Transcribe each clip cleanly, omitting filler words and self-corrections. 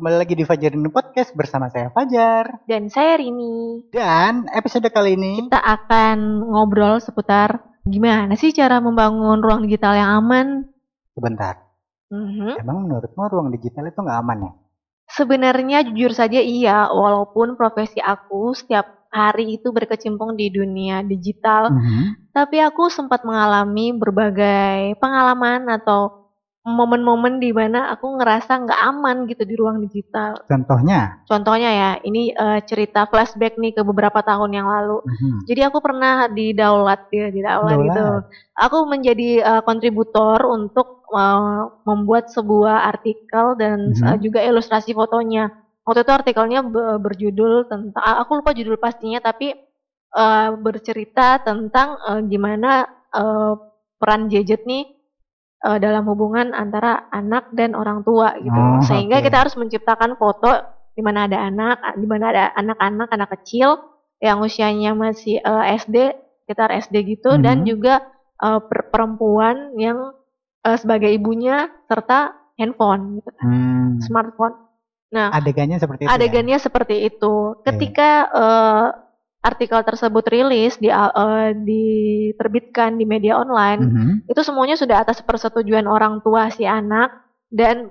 kembali lagi di Fajarin Podcast bersama saya Fajar. Dan saya Rini. Dan episode kali ini Kita akan ngobrol seputar gimana sih cara membangun ruang digital yang aman. sebentar. Emang menurutmu ruang digital itu nggak aman ya? Sebenarnya jujur saja iya, walaupun profesi aku setiap hari itu berkecimpung di dunia digital, tapi aku sempat mengalami berbagai pengalaman atau momen-momen di mana aku ngerasa nggak aman gitu di ruang digital. Contohnya ya, ini cerita flashback nih ke beberapa tahun yang lalu. Jadi aku pernah didaulat gitu. Aku menjadi kontributor untuk membuat sebuah artikel dan juga ilustrasi fotonya. Waktu itu artikelnya berjudul tentang, aku lupa judul pastinya, tapi bercerita tentang gimana peran gadget nih dalam hubungan antara anak dan orang tua gitu. Sehingga kita harus menciptakan foto di mana ada anak-anak, anak kecil yang usianya masih SD, sekitar SD gitu, dan juga perempuan yang sebagai ibunya serta handphone gitu kan, smartphone. Nah, adegannya seperti itu. Ketika artikel tersebut rilis diterbitkan di media online, itu semuanya sudah atas persetujuan orang tua si anak dan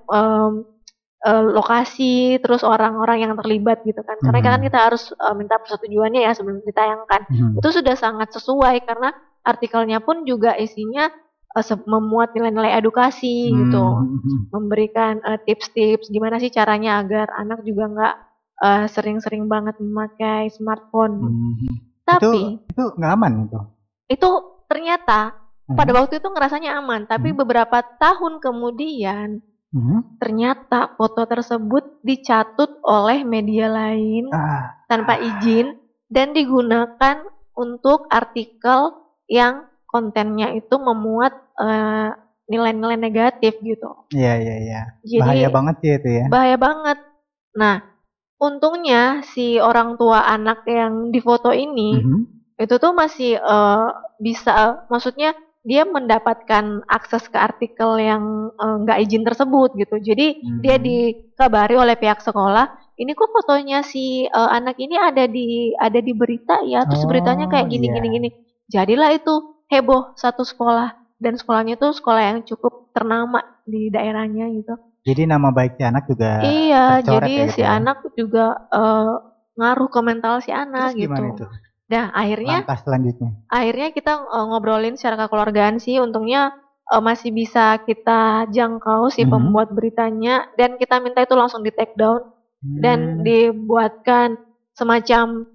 lokasi, terus orang-orang yang terlibat gitu kan. Karena kan kita harus minta persetujuannya ya sebelum ditayangkan. Itu sudah sangat sesuai karena artikelnya pun juga isinya memuat nilai-nilai edukasi gitu, memberikan tips-tips gimana sih caranya agar anak juga nggak sering-sering banget memakai smartphone. Tapi itu nggak aman itu. Itu ternyata pada waktu itu ngerasanya aman, tapi beberapa tahun kemudian ternyata foto tersebut dicatut oleh media lain tanpa izin dan digunakan untuk artikel yang kontennya itu memuat nilai-nilai negatif gitu. Iya. Bahaya banget sih itu ya. Bahaya banget. Nah, untungnya si orang tua anak yang difoto ini itu tuh masih bisa, maksudnya dia mendapatkan akses ke artikel yang nggak izin tersebut gitu. Jadi dia dikabari oleh pihak sekolah, ini kok fotonya si anak ini ada di berita ya, terus beritanya kayak gini. Jadilah itu heboh satu sekolah, dan sekolahnya itu sekolah yang cukup ternama di daerahnya gitu. Jadi nama baik si anak juga jadi ya, si anak juga ngaruh ke mental si anak. Terus gimana itu? Nah, akhirnya kita ngobrolin secara kekeluargaan sih. Untungnya masih bisa kita jangkau si pembuat beritanya, dan kita minta itu langsung di take down dan dibuatkan semacam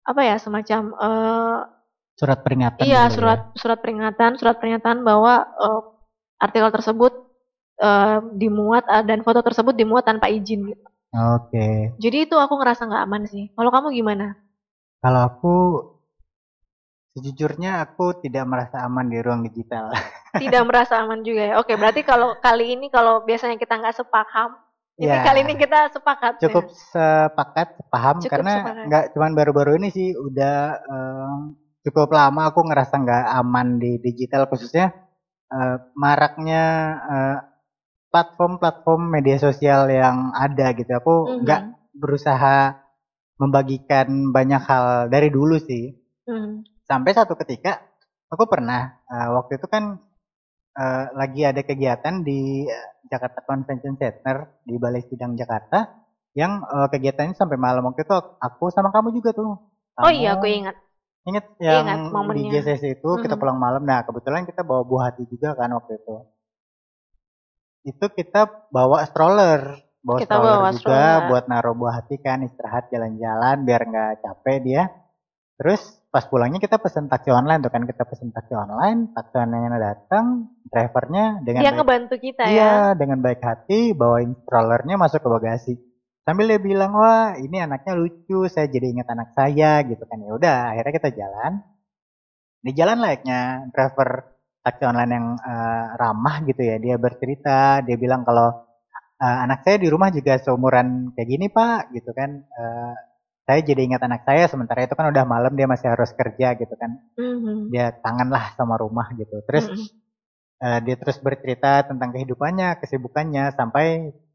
surat peringatan. Iya, surat peringatan bahwa artikel tersebut dimuat dan foto tersebut dimuat tanpa izin gitu. Oke. Jadi itu aku ngerasa nggak aman sih. Kalau kamu gimana? Kalau aku, sejujurnya aku tidak merasa aman di ruang digital. Tidak merasa aman juga ya. Oke, berarti kalau kali ini, kalau biasanya kita nggak sepaham, kali ini kita sepakat. Cukup sepaham karena nggak cuma baru-baru ini sih, udah cukup lama aku ngerasa nggak aman di digital, khususnya maraknya platform media sosial yang ada gitu. Aku nggak berusaha membagikan banyak hal dari dulu sih. Sampai satu ketika aku pernah waktu itu kan lagi ada kegiatan di Jakarta Convention Center di Balai Sidang Jakarta yang kegiatannya sampai malam. Waktu itu aku sama kamu juga tuh. Oh iya, aku ingat yang di JCC itu kita pulang malam. Nah, kebetulan kita bawa buah hati juga kan waktu itu. Itu kita bawa stroller juga buat naruh buah hati kan, istirahat jalan-jalan biar nggak capek dia. Terus pas pulangnya kita pesen taksi online tuh kan, taksi online datang, drivernya dengan dia ngebantu kita dengan baik hati bawain strollernya masuk ke bagasi. Sambil dia bilang, wah ini anaknya lucu, saya jadi ingat anak saya gitu kan. Ya udah, akhirnya kita jalan. Di jalan layaknya driver taksi online yang ramah gitu ya, dia bercerita, dia bilang kalau anak saya di rumah juga seumuran kayak gini pak gitu kan. Saya jadi ingat anak saya, sementara itu kan udah malam, dia masih harus kerja gitu kan. Dia kangen lah sama rumah gitu. Terus dia terus bercerita tentang kehidupannya, kesibukannya, sampai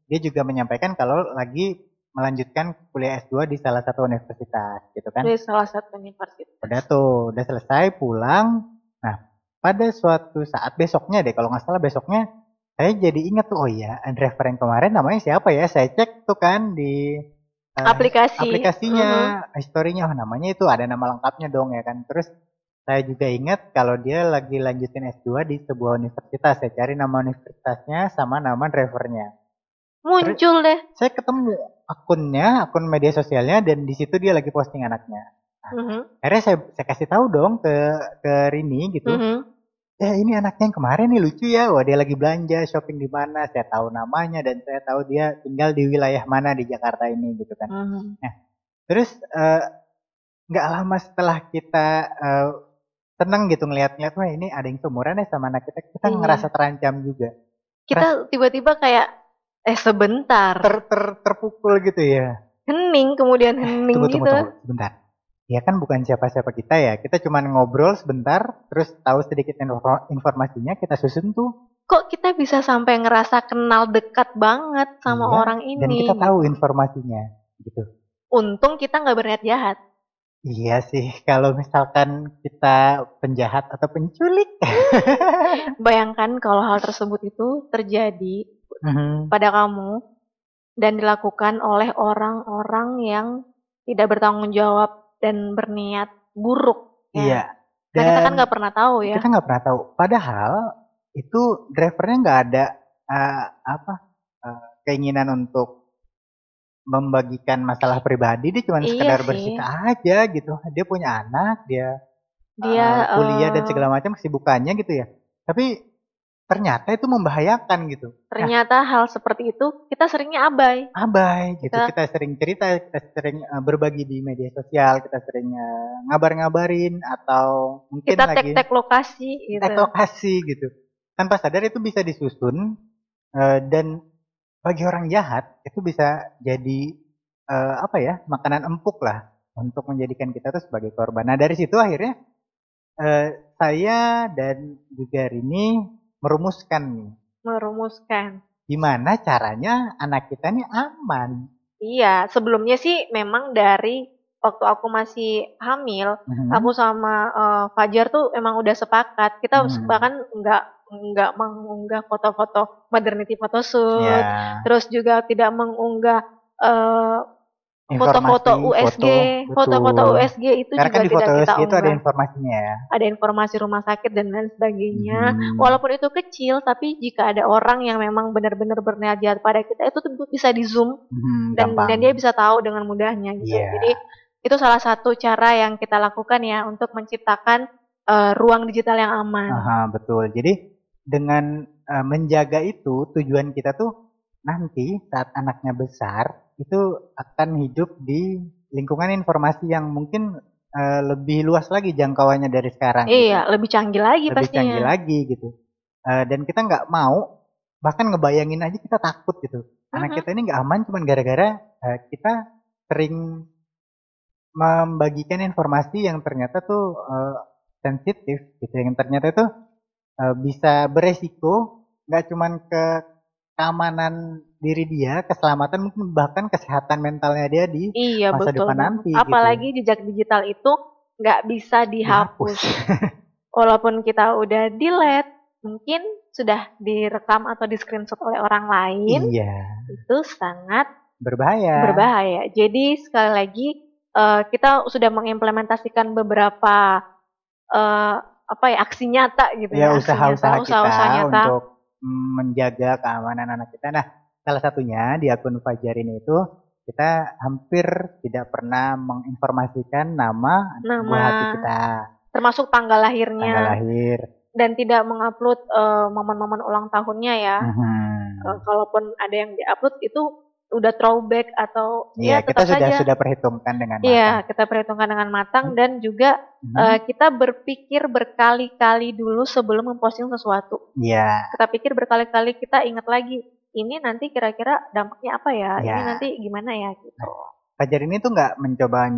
dia juga menyampaikan kalau lagi melanjutkan kuliah S2 di salah satu universitas gitu kan. Di salah satu universitas. Udah tuh, udah selesai pulang. Nah, pada suatu saat besoknya deh, kalau nggak salah besoknya, saya jadi ingat tuh, oh iya, driver yang kemarin namanya siapa ya? Saya cek tuh kan di aplikasinya, historinya, oh, namanya itu ada nama lengkapnya dong ya kan. Terus saya juga ingat kalau dia lagi lanjutin S2 di sebuah universitas. Saya cari nama universitasnya sama nama drivernya. Muncul deh. Saya ketemu akunnya, akun media sosialnya, dan di situ dia lagi posting anaknya. Nah, akhirnya saya kasih tahu dong ke Rini gitu. Ini anaknya yang kemarin nih, lucu ya. Wah, dia lagi belanja shopping di mana. Saya tahu namanya dan saya tahu dia tinggal di wilayah mana di Jakarta ini gitu kan. Nah, terus nggak lama setelah kita seneng gitu ngeliat-ngeliat, wah ini ada yang seumuran ya sama anak kita. Kita ngerasa terancam juga. Kita tiba-tiba kayak sebentar. Terpukul gitu ya. Hening, kemudian hening gitu. Tunggu, sebentar. Ya kan bukan siapa-siapa kita ya. Kita cuma ngobrol sebentar, terus tahu sedikit informasinya, kita susun tuh. Kok kita bisa sampai ngerasa kenal dekat banget sama orang ini? Dan kita tahu informasinya gitu. Untung kita nggak berniat jahat. Iya sih, kalau misalkan kita penjahat atau penculik. Bayangkan kalau hal tersebut itu terjadi pada kamu dan dilakukan oleh orang-orang yang tidak bertanggung jawab dan berniat buruk. Iya. Dan kita kan nggak pernah tahu ya. Kita nggak pernah tahu. Padahal itu drivernya nggak ada keinginan untuk membagikan masalah pribadi. Dia cuma sekedar bercerita aja gitu. Dia punya anak, dia kuliah dan segala macam kesibukannya gitu ya. Tapi ternyata itu membahayakan gitu. Ternyata hal seperti itu kita seringnya abai. Gitu. Kita sering cerita, kita sering berbagi di media sosial, kita sering ngabar-ngabarin atau mungkin kita tag lokasi gitu. Tag lokasi gitu. Tanpa sadar itu bisa disusun dan bagi orang jahat itu bisa jadi makanan empuk lah untuk menjadikan kita tuh sebagai korban. Nah, dari situ akhirnya saya dan juga Rini merumuskan gimana caranya anak kita nih aman. Iya, sebelumnya sih memang dari waktu aku masih hamil, aku sama Fajar tuh emang udah sepakat. Kita bahkan nggak mengunggah foto-foto maternity photoshoot, terus juga tidak mengunggah foto-foto USG, foto-foto USG itu karena juga kan di tidak foto kita USG itu unggah. ada informasinya ya. Ada informasi rumah sakit dan lain sebagainya. Walaupun itu kecil, tapi jika ada orang yang memang benar-benar berniat jahat pada kita, itu tuh bisa di zoom dan dia bisa tahu dengan mudahnya gitu. Jadi itu salah satu cara yang kita lakukan ya untuk menciptakan ruang digital yang aman. Betul. Jadi dengan menjaga itu, tujuan kita tuh nanti saat anaknya besar itu akan hidup di lingkungan informasi yang mungkin lebih luas lagi jangkauannya dari sekarang. Iya, gitu. Lebih canggih lagi pastinya. Lebih canggih lagi gitu. Dan kita nggak mau, bahkan ngebayangin aja kita takut gitu. Anak kita ini nggak aman cuma gara-gara kita sering membagikan informasi yang ternyata tuh sensitif gitu, yang ternyata itu bisa beresiko nggak cuma ke keamanan diri dia, keselamatan, mungkin bahkan kesehatan mentalnya dia di masa depan nanti. Apalagi gitu. Jejak digital itu nggak bisa dihapus. Walaupun kita udah delete, mungkin sudah direkam atau di screenshot oleh orang lain. Itu sangat berbahaya. Jadi sekali lagi kita sudah mengimplementasikan beberapa aksi nyata gitu ya. Usaha-usaha kita untuk menjaga keamanan anak kita. Nah, salah satunya di akun Fajar ini itu kita hampir tidak pernah menginformasikan nama buah hati kita, termasuk tanggal lahirnya, tanggal lahir, dan tidak mengupload momen-momen ulang tahunnya ya. Kalaupun ada yang diupload itu udah throwback atau kita sudah perhitungkan dengan matang. Iya, kita perhitungkan dengan matang dan juga kita berpikir berkali-kali dulu sebelum memposting sesuatu. Kita pikir berkali-kali, kita ingat lagi ini nanti kira-kira dampaknya apa ya? Ini nanti gimana ya gitu. Fajar ini tuh nggak mencoba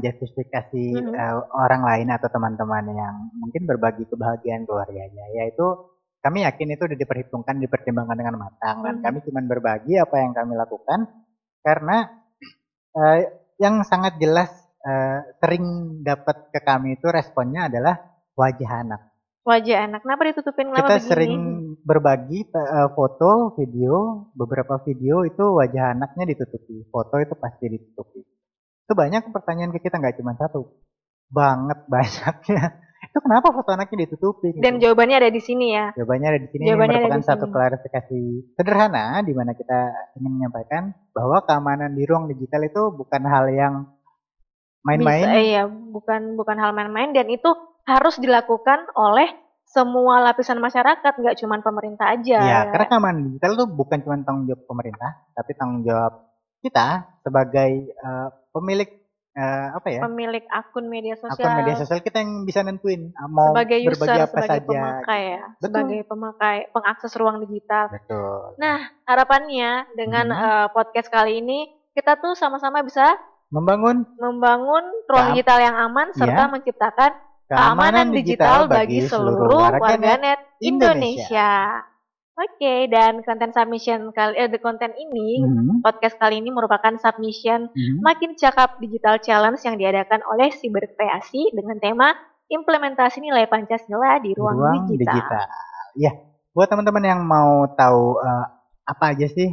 menjustifikasi orang lain atau teman-teman yang mungkin berbagi kebahagiaan keluarganya, yaitu kami yakin itu udah dipertimbangkan dengan matang, dan kami cuma berbagi apa yang kami lakukan karena yang sangat jelas sering dapat ke kami itu responnya adalah wajah anak. Wajah anak, kenapa ditutupin? Kenapa Kita begini? sering berbagi foto, video, beberapa video itu wajah anaknya ditutupi, foto itu pasti ditutupi. Itu banyak pertanyaan ke kita, nggak cuma satu, banget banyaknya. Itu kenapa foto anaknya ditutupi? Gitu. Dan jawabannya ada di sini ya. Jawabannya ada di sini. Ini merupakan satu klarifikasi sederhana di mana kita ingin menyampaikan bahwa keamanan di ruang digital itu bukan hal yang main-main. Iya, bukan hal main-main, dan itu harus dilakukan oleh semua lapisan masyarakat, nggak cuma pemerintah aja. Iya, karena keamanan digital itu bukan cuma tanggung jawab pemerintah, tapi tanggung jawab kita sebagai pemilik pemilik akun media sosial. Akun media sosial kita yang bisa nentuin mau sebagai user, berbagi apa sebagai saja. Pemakai ya. Betul. Sebagai pemakai, pengakses ruang digital. Betul. Nah, harapannya dengan podcast kali ini kita tuh sama-sama bisa membangun ruang digital yang aman serta menciptakan keamanan digital bagi seluruh warganet Indonesia. Oke, dan konten submission konten ini, podcast kali ini merupakan submission Makin Cakap Digital Challenge yang diadakan oleh Siberkreasi dengan tema implementasi nilai Pancasila di ruang digital. Ya, buat teman-teman yang mau tahu apa aja sih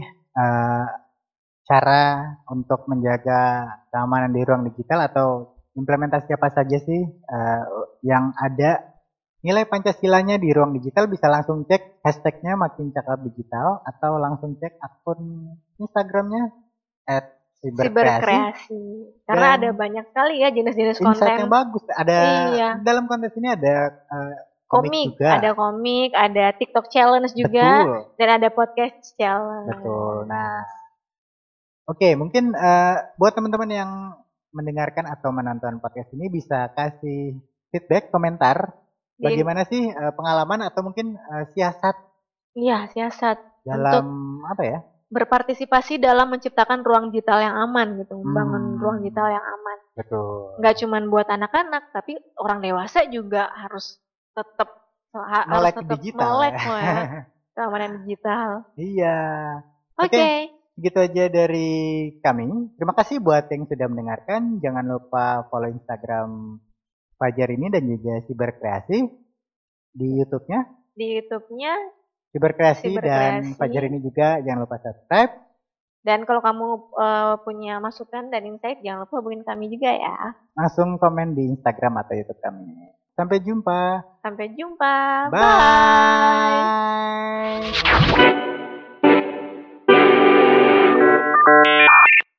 cara untuk menjaga keamanan di ruang digital atau implementasi apa saja sih yang ada nilai Pancasilanya di ruang digital, bisa langsung cek hashtagnya Makin Cakap Digital atau langsung cek akun Instagramnya @siberkreasi. Karena ada banyak sekali ya jenis-jenis konten. Insight yang bagus. Ada dalam konten ini ada komik juga. Ada komik, ada TikTok challenge juga. Betul. Dan ada podcast challenge. Betul. Nah, oke, mungkin buat teman-teman yang mendengarkan atau menonton podcast ini bisa kasih feedback, komentar. Bagaimana sih pengalaman atau mungkin siasat? Iya, siasat dalam apa ya? Berpartisipasi dalam menciptakan ruang digital yang aman gitu, membangun ruang digital yang aman. Betul. Nggak cuma buat anak-anak, tapi orang dewasa juga harus tetap melek ya, keamanan digital. Iya. Oke. Gitu aja dari kami. Terima kasih buat yang sudah mendengarkan. Jangan lupa follow Instagram Fajar ini dan juga Siberkreasi di YouTube-nya. Di YouTube-nya Siberkreasi dan Fajar ini juga jangan lupa subscribe. Dan kalau kamu punya masukan dan insight, jangan lupa hubungin kami juga ya. Langsung komen di Instagram atau YouTube kami. Sampai jumpa. Bye.